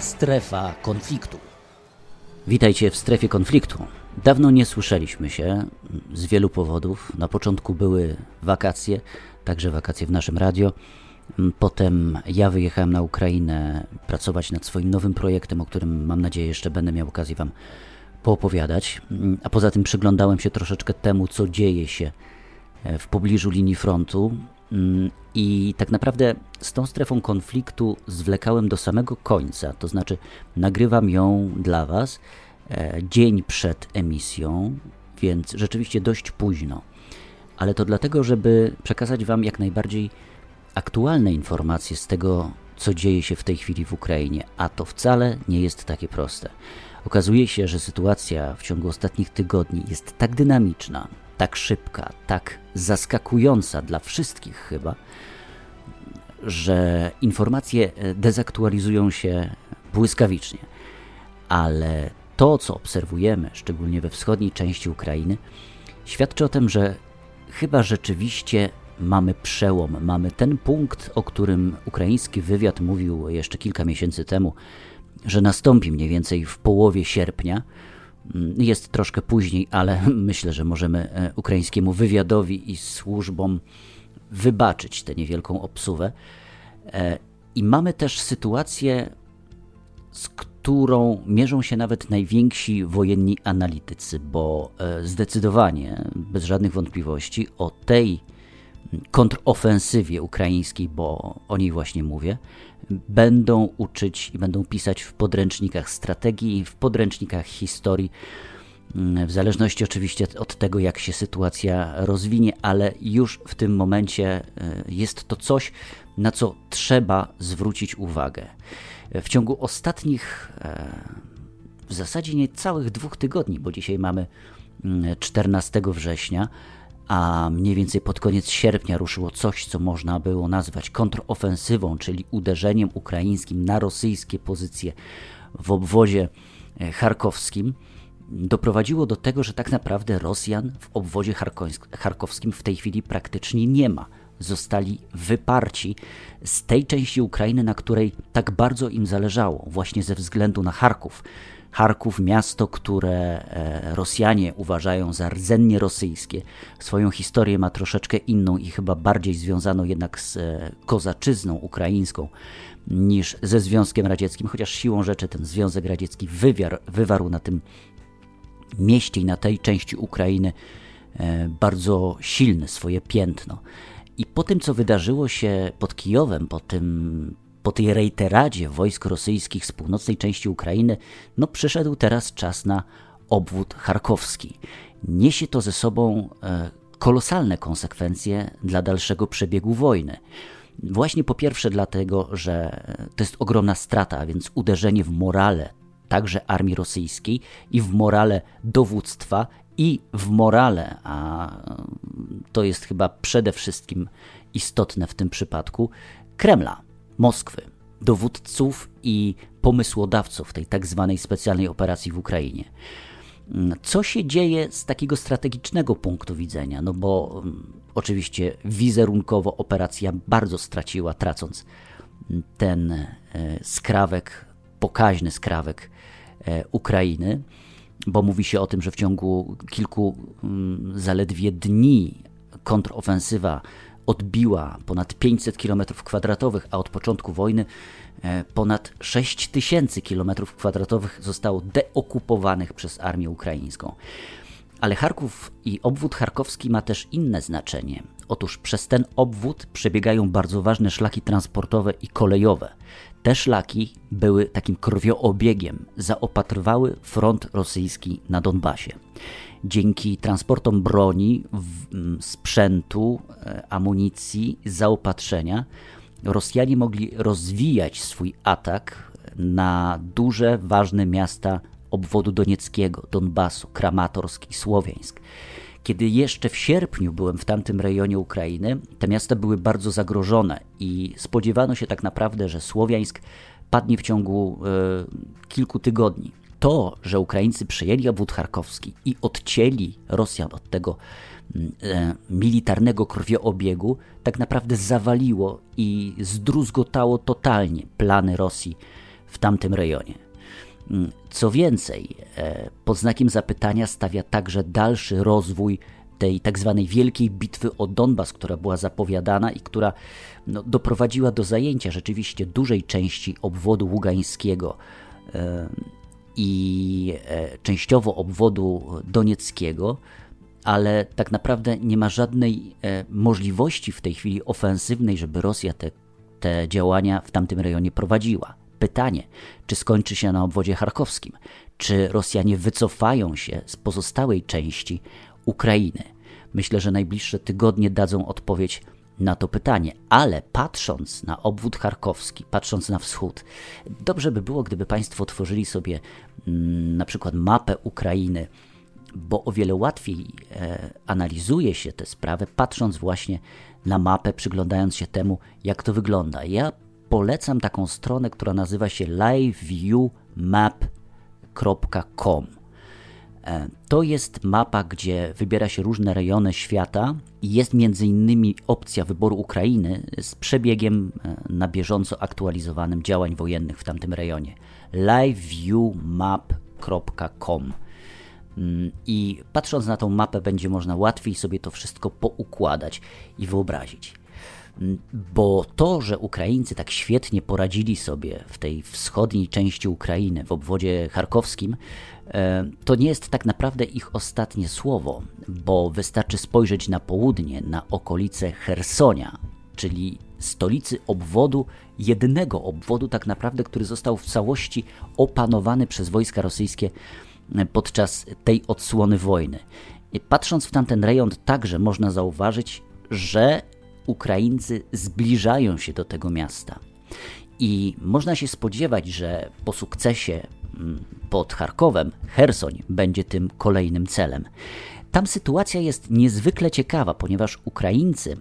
Strefa konfliktu. Witajcie w strefie konfliktu. Dawno nie słyszeliśmy się z wielu powodów. Na początku były wakacje, także wakacje w naszym radio. Potem ja wyjechałem na Ukrainę pracować nad swoim nowym projektem, o którym mam nadzieję jeszcze będę miał okazję Wam poopowiadać. A poza tym przyglądałem się troszeczkę temu, co dzieje się w pobliżu linii frontu. I tak naprawdę z tą strefą konfliktu zwlekałem do samego końca, to znaczy nagrywam ją dla Was dzień przed emisją, więc rzeczywiście dość późno. Ale to dlatego, żeby przekazać Wam jak najbardziej aktualne informacje z tego, co dzieje się w tej chwili w Ukrainie, a to wcale nie jest takie proste. Okazuje się, że sytuacja w ciągu ostatnich tygodni jest tak dynamiczna, tak szybka, tak zaskakująca dla wszystkich chyba, że informacje dezaktualizują się błyskawicznie. Ale to, co obserwujemy, szczególnie we wschodniej części Ukrainy, świadczy o tym, że chyba rzeczywiście mamy przełom, mamy ten punkt, o którym ukraiński wywiad mówił jeszcze kilka miesięcy temu, że nastąpi mniej więcej w połowie sierpnia. Jest troszkę później, ale myślę, że możemy ukraińskiemu wywiadowi i służbom wybaczyć tę niewielką obsuwę. I mamy też sytuację, z którą mierzą się nawet najwięksi wojenni analitycy, bo zdecydowanie, bez żadnych wątpliwości, o tej kontrofensywie ukraińskiej, bo o niej właśnie mówię, będą uczyć i będą pisać w podręcznikach strategii, w podręcznikach historii, w zależności oczywiście od tego, jak się sytuacja rozwinie, ale już w tym momencie jest to coś, na co trzeba zwrócić uwagę. W ciągu ostatnich w zasadzie niecałych 2 tygodni, bo dzisiaj mamy 14 września, a mniej więcej pod koniec sierpnia ruszyło coś, co można było nazwać kontrofensywą, czyli uderzeniem ukraińskim na rosyjskie pozycje w obwodzie charkowskim, doprowadziło do tego, że tak naprawdę Rosjan w obwodzie charkowskim w tej chwili praktycznie nie ma. Zostali wyparci z tej części Ukrainy, na której tak bardzo im zależało, właśnie ze względu na Charków. Charków, miasto, które Rosjanie uważają za rdzennie rosyjskie. Swoją historię ma troszeczkę inną i chyba bardziej związaną jednak z kozaczyzną ukraińską niż ze Związkiem Radzieckim, chociaż siłą rzeczy ten Związek Radziecki wywarł na tym mieście i na tej części Ukrainy bardzo silne swoje piętno. I po tym, co wydarzyło się pod Kijowem, po tej rejteradzie wojsk rosyjskich z północnej części Ukrainy, przyszedł teraz czas na obwód charkowski. Niesie to ze sobą kolosalne konsekwencje dla dalszego przebiegu wojny. Właśnie po pierwsze dlatego, że to jest ogromna strata, a więc uderzenie w morale także armii rosyjskiej i w morale dowództwa i w morale, a to jest chyba przede wszystkim istotne w tym przypadku, Kremla, Moskwy, dowódców i pomysłodawców tej tak zwanej specjalnej operacji w Ukrainie. Co się dzieje z takiego strategicznego punktu widzenia? Bo oczywiście wizerunkowo operacja bardzo straciła, tracąc ten skrawek, pokaźny skrawek Ukrainy, bo mówi się o tym, że w ciągu kilku zaledwie dni kontrofensywa odbiła ponad 500 km², a od początku wojny ponad 6000 km² zostało deokupowanych przez armię ukraińską. Ale Charków i obwód charkowski ma też inne znaczenie. Otóż przez ten obwód przebiegają bardzo ważne szlaki transportowe i kolejowe. Te szlaki były takim krwioobiegiem, zaopatrywały front rosyjski na Donbasie. Dzięki transportom broni, sprzętu, amunicji, zaopatrzenia Rosjanie mogli rozwijać swój atak na duże, ważne miasta obwodu donieckiego, Donbasu, Kramatorsk i Słowiańsk. Kiedy jeszcze w sierpniu byłem w tamtym rejonie Ukrainy, te miasta były bardzo zagrożone i spodziewano się tak naprawdę, że Słowiańsk padnie w ciągu kilku tygodni. To, że Ukraińcy przejęli obwód charkowski i odcięli Rosjan od tego militarnego krwioobiegu, tak naprawdę zawaliło i zdruzgotało totalnie plany Rosji w tamtym rejonie. Co więcej, pod znakiem zapytania stawia także dalszy rozwój tej tak zwanej wielkiej bitwy o Donbas, która była zapowiadana i która doprowadziła do zajęcia rzeczywiście dużej części obwodu ługańskiego i częściowo obwodu donieckiego, ale tak naprawdę nie ma żadnej możliwości w tej chwili ofensywnej, żeby Rosja te działania w tamtym rejonie prowadziła. Pytanie, czy skończy się na obwodzie charkowskim? Czy Rosjanie wycofają się z pozostałej części Ukrainy? Myślę, że najbliższe tygodnie dadzą odpowiedź na to pytanie, ale patrząc na obwód charkowski, patrząc na wschód, dobrze by było, gdyby Państwo tworzyli sobie na przykład mapę Ukrainy, bo o wiele łatwiej analizuje się tę sprawę, patrząc właśnie na mapę, przyglądając się temu, jak to wygląda. Ja polecam taką stronę, która nazywa się liveviewmap.com. To jest mapa, gdzie wybiera się różne rejony świata i jest m.in. opcja wyboru Ukrainy z przebiegiem na bieżąco aktualizowanym działań wojennych w tamtym rejonie. liveviewmap.com. I patrząc na tą mapę będzie można łatwiej sobie to wszystko poukładać i wyobrazić. Bo to, że Ukraińcy tak świetnie poradzili sobie w tej wschodniej części Ukrainy, w obwodzie charkowskim, to nie jest tak naprawdę ich ostatnie słowo, bo wystarczy spojrzeć na południe, na okolice Chersonia, czyli stolicy obwodu, jednego obwodu tak naprawdę, który został w całości opanowany przez wojska rosyjskie podczas tej odsłony wojny. I patrząc w tamten rejon także można zauważyć, że Ukraińcy zbliżają się do tego miasta i można się spodziewać, że po sukcesie pod Charkowem Chersoń będzie tym kolejnym celem. Tam sytuacja jest niezwykle ciekawa, ponieważ Ukraińcy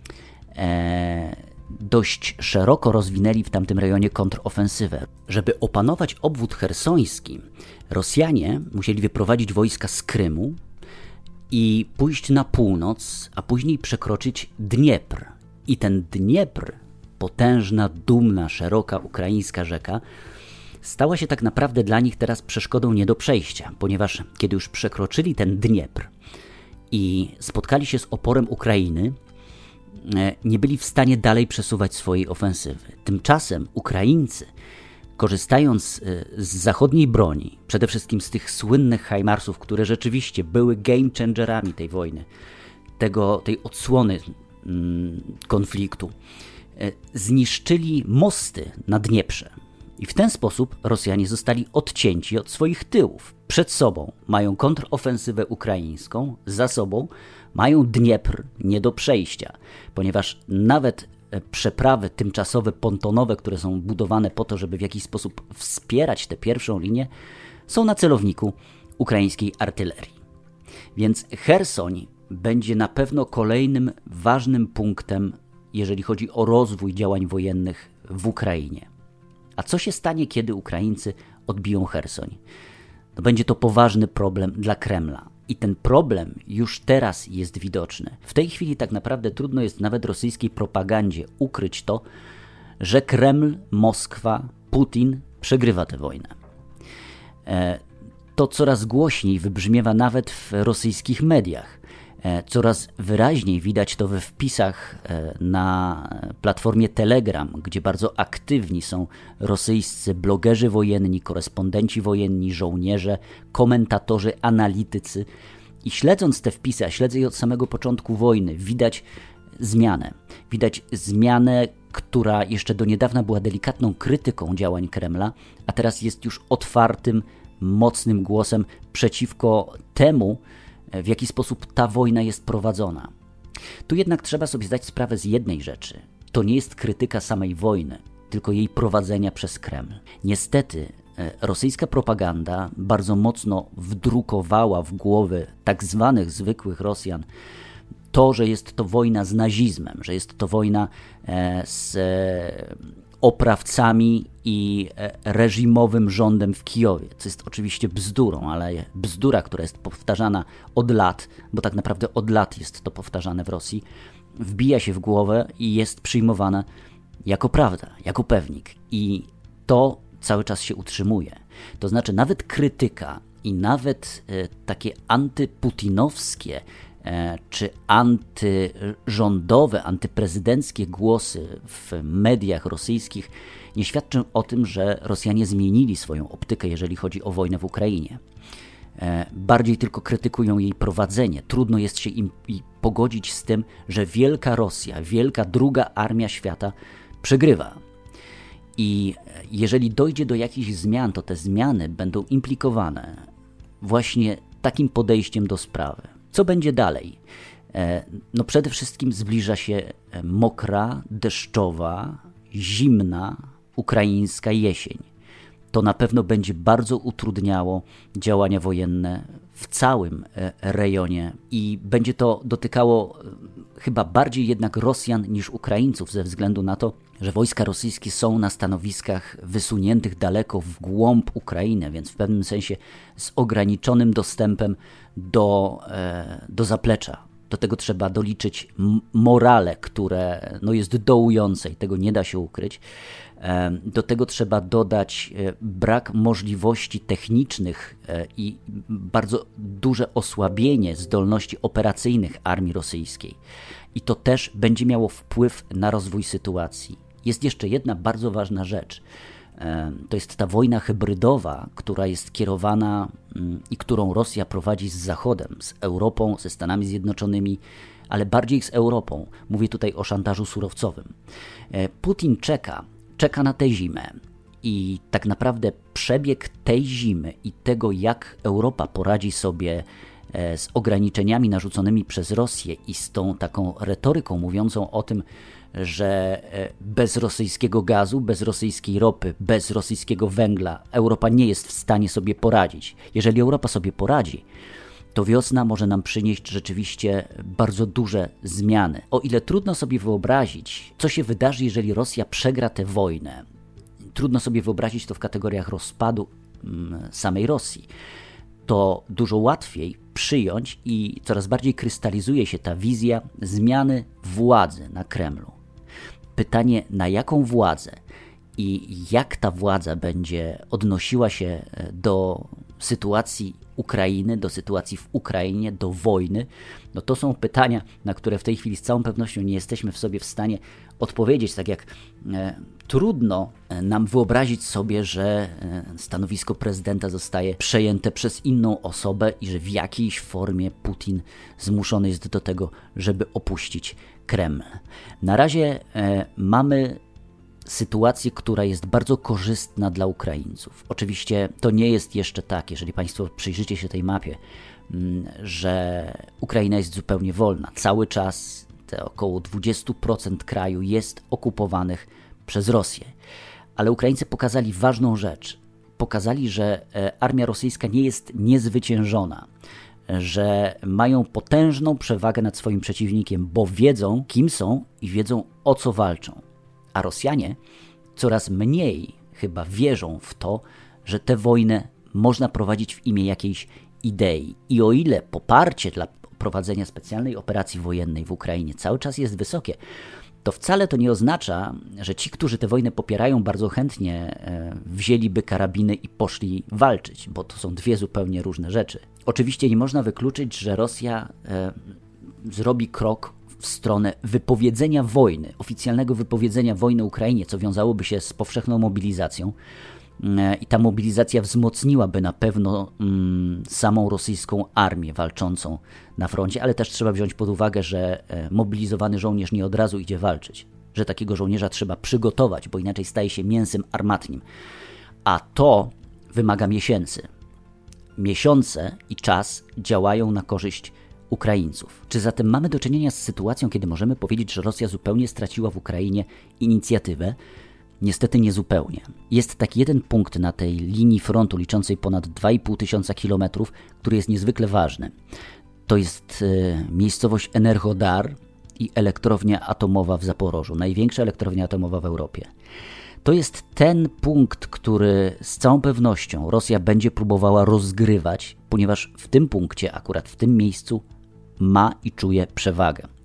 dość szeroko rozwinęli w tamtym rejonie kontrofensywę. Żeby opanować obwód chersoński, Rosjanie musieli wyprowadzić wojska z Krymu i pójść na północ, a później przekroczyć Dniepr. I ten Dniepr, potężna, dumna, szeroka ukraińska rzeka, stała się tak naprawdę dla nich teraz przeszkodą nie do przejścia, ponieważ kiedy już przekroczyli ten Dniepr i spotkali się z oporem Ukrainy, nie byli w stanie dalej przesuwać swojej ofensywy. Tymczasem Ukraińcy, korzystając z zachodniej broni, przede wszystkim z tych słynnych HIMARS-ów, które rzeczywiście były game changerami tej wojny, tej odsłony konfliktu, zniszczyli mosty na Dnieprze. I w ten sposób Rosjanie zostali odcięci od swoich tyłów. Przed sobą mają kontrofensywę ukraińską, za sobą mają Dniepr nie do przejścia, ponieważ nawet przeprawy tymczasowe, pontonowe, które są budowane po to, żeby w jakiś sposób wspierać tę pierwszą linię, są na celowniku ukraińskiej artylerii. Więc Chersoń będzie na pewno kolejnym ważnym punktem, jeżeli chodzi o rozwój działań wojennych w Ukrainie. A co się stanie, kiedy Ukraińcy odbiją Chersoń? No będzie to poważny problem dla Kremla. I ten problem już teraz jest widoczny. W tej chwili tak naprawdę trudno jest nawet rosyjskiej propagandzie ukryć to, że Kreml, Moskwa, Putin przegrywa tę wojnę. To coraz głośniej wybrzmiewa nawet w rosyjskich mediach. Coraz wyraźniej widać to we wpisach na platformie Telegram, gdzie bardzo aktywni są rosyjscy blogerzy wojenni, korespondenci wojenni, żołnierze, komentatorzy, analitycy. I śledząc te wpisy, a śledzę je od samego początku wojny, widać zmianę. Widać zmianę, która jeszcze do niedawna była delikatną krytyką działań Kremla, a teraz jest już otwartym, mocnym głosem przeciwko temu, w jaki sposób ta wojna jest prowadzona. Tu jednak trzeba sobie zdać sprawę z jednej rzeczy. To nie jest krytyka samej wojny, tylko jej prowadzenia przez Kreml. Niestety rosyjska propaganda bardzo mocno wdrukowała w głowy tak zwanych zwykłych Rosjan to, że jest to wojna z nazizmem, że jest to wojna z oprawcami i reżimowym rządem w Kijowie, co jest oczywiście bzdurą, ale bzdura, która jest powtarzana od lat, bo tak naprawdę od lat jest to powtarzane w Rosji, wbija się w głowę i jest przyjmowana jako prawda, jako pewnik. I to cały czas się utrzymuje. To znaczy nawet krytyka i nawet takie antyputinowskie czy antyrządowe, antyprezydenckie głosy w mediach rosyjskich nie świadczą o tym, że Rosjanie zmienili swoją optykę, jeżeli chodzi o wojnę w Ukrainie. Bardziej tylko krytykują jej prowadzenie. Trudno jest się im pogodzić z tym, że wielka Rosja, wielka druga armia świata przegrywa. I jeżeli dojdzie do jakichś zmian, to te zmiany będą implikowane właśnie takim podejściem do sprawy. Co będzie dalej? No przede wszystkim zbliża się mokra, deszczowa, zimna, ukraińska jesień. To na pewno będzie bardzo utrudniało działania wojenne w całym rejonie i będzie to dotykało chyba bardziej jednak Rosjan niż Ukraińców ze względu na to, że wojska rosyjskie są na stanowiskach wysuniętych daleko w głąb Ukrainy, więc w pewnym sensie z ograniczonym dostępem do zaplecza. Do tego trzeba doliczyć morale, które jest dołujące i tego nie da się ukryć. Do tego trzeba dodać brak możliwości technicznych i bardzo duże osłabienie zdolności operacyjnych armii rosyjskiej. I to też będzie miało wpływ na rozwój sytuacji. Jest jeszcze jedna bardzo ważna rzecz. To jest ta wojna hybrydowa, która jest kierowana i którą Rosja prowadzi z Zachodem, z Europą, ze Stanami Zjednoczonymi, ale bardziej z Europą. Mówię tutaj o szantażu surowcowym. Putin czeka na tę zimę i tak naprawdę przebieg tej zimy i tego, jak Europa poradzi sobie z ograniczeniami narzuconymi przez Rosję i z tą taką retoryką mówiącą o tym, że bez rosyjskiego gazu, bez rosyjskiej ropy, bez rosyjskiego węgla Europa nie jest w stanie sobie poradzić. Jeżeli Europa sobie poradzi, to wiosna może nam przynieść rzeczywiście bardzo duże zmiany. O ile trudno sobie wyobrazić, co się wydarzy, jeżeli Rosja przegra tę wojnę, trudno sobie wyobrazić to w kategoriach rozpadu samej Rosji, to dużo łatwiej przyjąć i coraz bardziej krystalizuje się ta wizja zmiany władzy na Kremlu. Pytanie, na jaką władzę i jak ta władza będzie odnosiła się do sytuacji Ukrainy, do sytuacji w Ukrainie, do wojny, no to są pytania, na które w tej chwili z całą pewnością nie jesteśmy w sobie w stanie odpowiedzieć, tak jak trudno nam wyobrazić sobie, że stanowisko prezydenta zostaje przejęte przez inną osobę i że w jakiejś formie Putin zmuszony jest do tego, żeby opuścić Kreml. Na razie mamy sytuację, która jest bardzo korzystna dla Ukraińców. Oczywiście to nie jest jeszcze tak, jeżeli Państwo przyjrzycie się tej mapie, że Ukraina jest zupełnie wolna. Cały czas te około 20% kraju jest okupowanych przez Rosję. Ale Ukraińcy pokazali ważną rzecz. Pokazali, że armia rosyjska nie jest niezwyciężona, że mają potężną przewagę nad swoim przeciwnikiem, bo wiedzą, kim są i wiedzą, o co walczą. A Rosjanie coraz mniej chyba wierzą w to, że tę wojnę można prowadzić w imię jakiejś idei. I o ile poparcie dla prowadzenia specjalnej operacji wojennej w Ukrainie cały czas jest wysokie, to wcale to nie oznacza, że ci, którzy tę wojnę popierają, bardzo chętnie wzięliby karabiny i poszli walczyć, bo to są dwie zupełnie różne rzeczy. Oczywiście nie można wykluczyć, że Rosja zrobi krok w stronę wypowiedzenia wojny, oficjalnego wypowiedzenia wojny Ukrainie, co wiązałoby się z powszechną mobilizacją. I ta mobilizacja wzmocniłaby na pewno samą rosyjską armię walczącą na froncie, ale też trzeba wziąć pod uwagę, że mobilizowany żołnierz nie od razu idzie walczyć, że takiego żołnierza trzeba przygotować, bo inaczej staje się mięsem armatnim, a to wymaga miesięcy. Miesiące i czas działają na korzyść Ukraińców. Czy zatem mamy do czynienia z sytuacją, kiedy możemy powiedzieć, że Rosja zupełnie straciła w Ukrainie inicjatywę? Niestety niezupełnie. Jest taki jeden punkt na tej linii frontu liczącej ponad 2,5 tysiąca kilometrów, który jest niezwykle ważny. To jest miejscowość Enerhodar i elektrownia atomowa w Zaporożu, największa elektrownia atomowa w Europie. To jest ten punkt, który z całą pewnością Rosja będzie próbowała rozgrywać, ponieważ w tym punkcie, akurat w tym miejscu ma i czuje przewagę.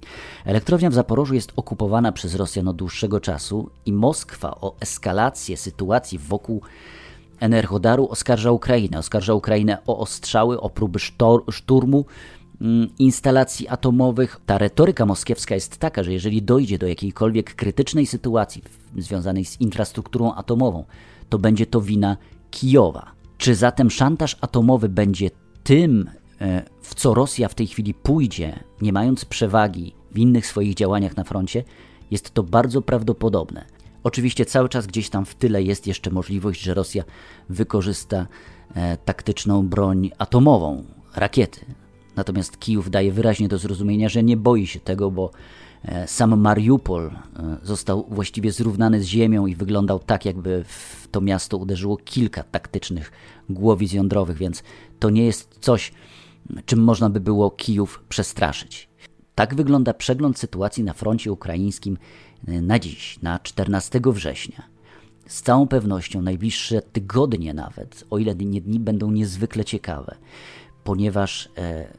Elektrownia w Zaporożu jest okupowana przez Rosjan od dłuższego czasu i Moskwa o eskalację sytuacji wokół Energodaru oskarża Ukrainę. Oskarża Ukrainę o ostrzały, o próby szturmu instalacji atomowych. Ta retoryka moskiewska jest taka, że jeżeli dojdzie do jakiejkolwiek krytycznej sytuacji związanej z infrastrukturą atomową, to będzie to wina Kijowa. Czy zatem szantaż atomowy będzie tym, w co Rosja w tej chwili pójdzie, nie mając przewagi w innych swoich działaniach na froncie? Jest to bardzo prawdopodobne. Oczywiście cały czas gdzieś tam w tyle jest jeszcze możliwość, że Rosja wykorzysta taktyczną broń atomową, rakiety. Natomiast Kijów daje wyraźnie do zrozumienia, że nie boi się tego, bo sam Mariupol został właściwie zrównany z ziemią i wyglądał tak, jakby w to miasto uderzyło kilka taktycznych głowic jądrowych, więc to nie jest coś, czym można by było Kijów przestraszyć. Tak wygląda przegląd sytuacji na froncie ukraińskim na dziś, na 14 września. Z całą pewnością najbliższe tygodnie nawet, o ile nie dni, będą niezwykle ciekawe, ponieważ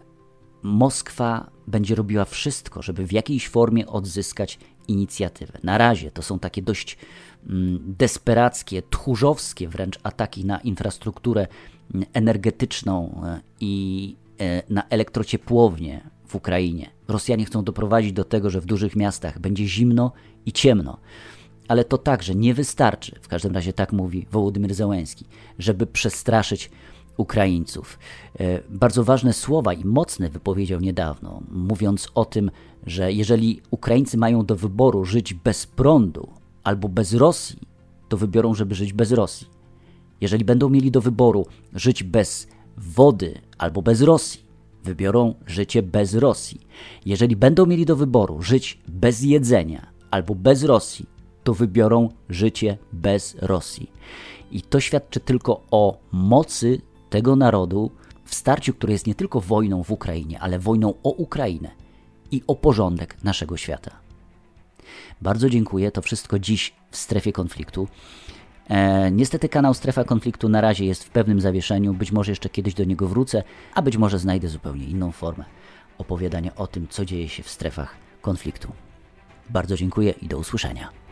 Moskwa będzie robiła wszystko, żeby w jakiejś formie odzyskać inicjatywę. Na razie to są takie dość desperackie, tchórzowskie wręcz ataki na infrastrukturę energetyczną i na elektrociepłownie w Ukrainie. Rosjanie chcą doprowadzić do tego, że w dużych miastach będzie zimno i ciemno. Ale to także nie wystarczy, w każdym razie tak mówi Wołodymyr Zełenski, żeby przestraszyć Ukraińców. Bardzo ważne słowa i mocne wypowiedział niedawno, mówiąc o tym, że jeżeli Ukraińcy mają do wyboru żyć bez prądu albo bez Rosji, to wybiorą, żeby żyć bez Rosji. Jeżeli będą mieli do wyboru żyć bez wody albo bez Rosji, wybiorą życie bez Rosji. Jeżeli będą mieli do wyboru żyć bez jedzenia albo bez Rosji, to wybiorą życie bez Rosji. I to świadczy tylko o mocy tego narodu w starciu, które jest nie tylko wojną w Ukrainie, ale wojną o Ukrainę i o porządek naszego świata. Bardzo dziękuję. To wszystko dziś w Strefie Konfliktu. Niestety kanał Strefa Konfliktu na razie jest w pewnym zawieszeniu. Być może jeszcze kiedyś do niego wrócę, a być może znajdę zupełnie inną formę opowiadania o tym, co dzieje się w strefach konfliktu. Bardzo dziękuję i do usłyszenia.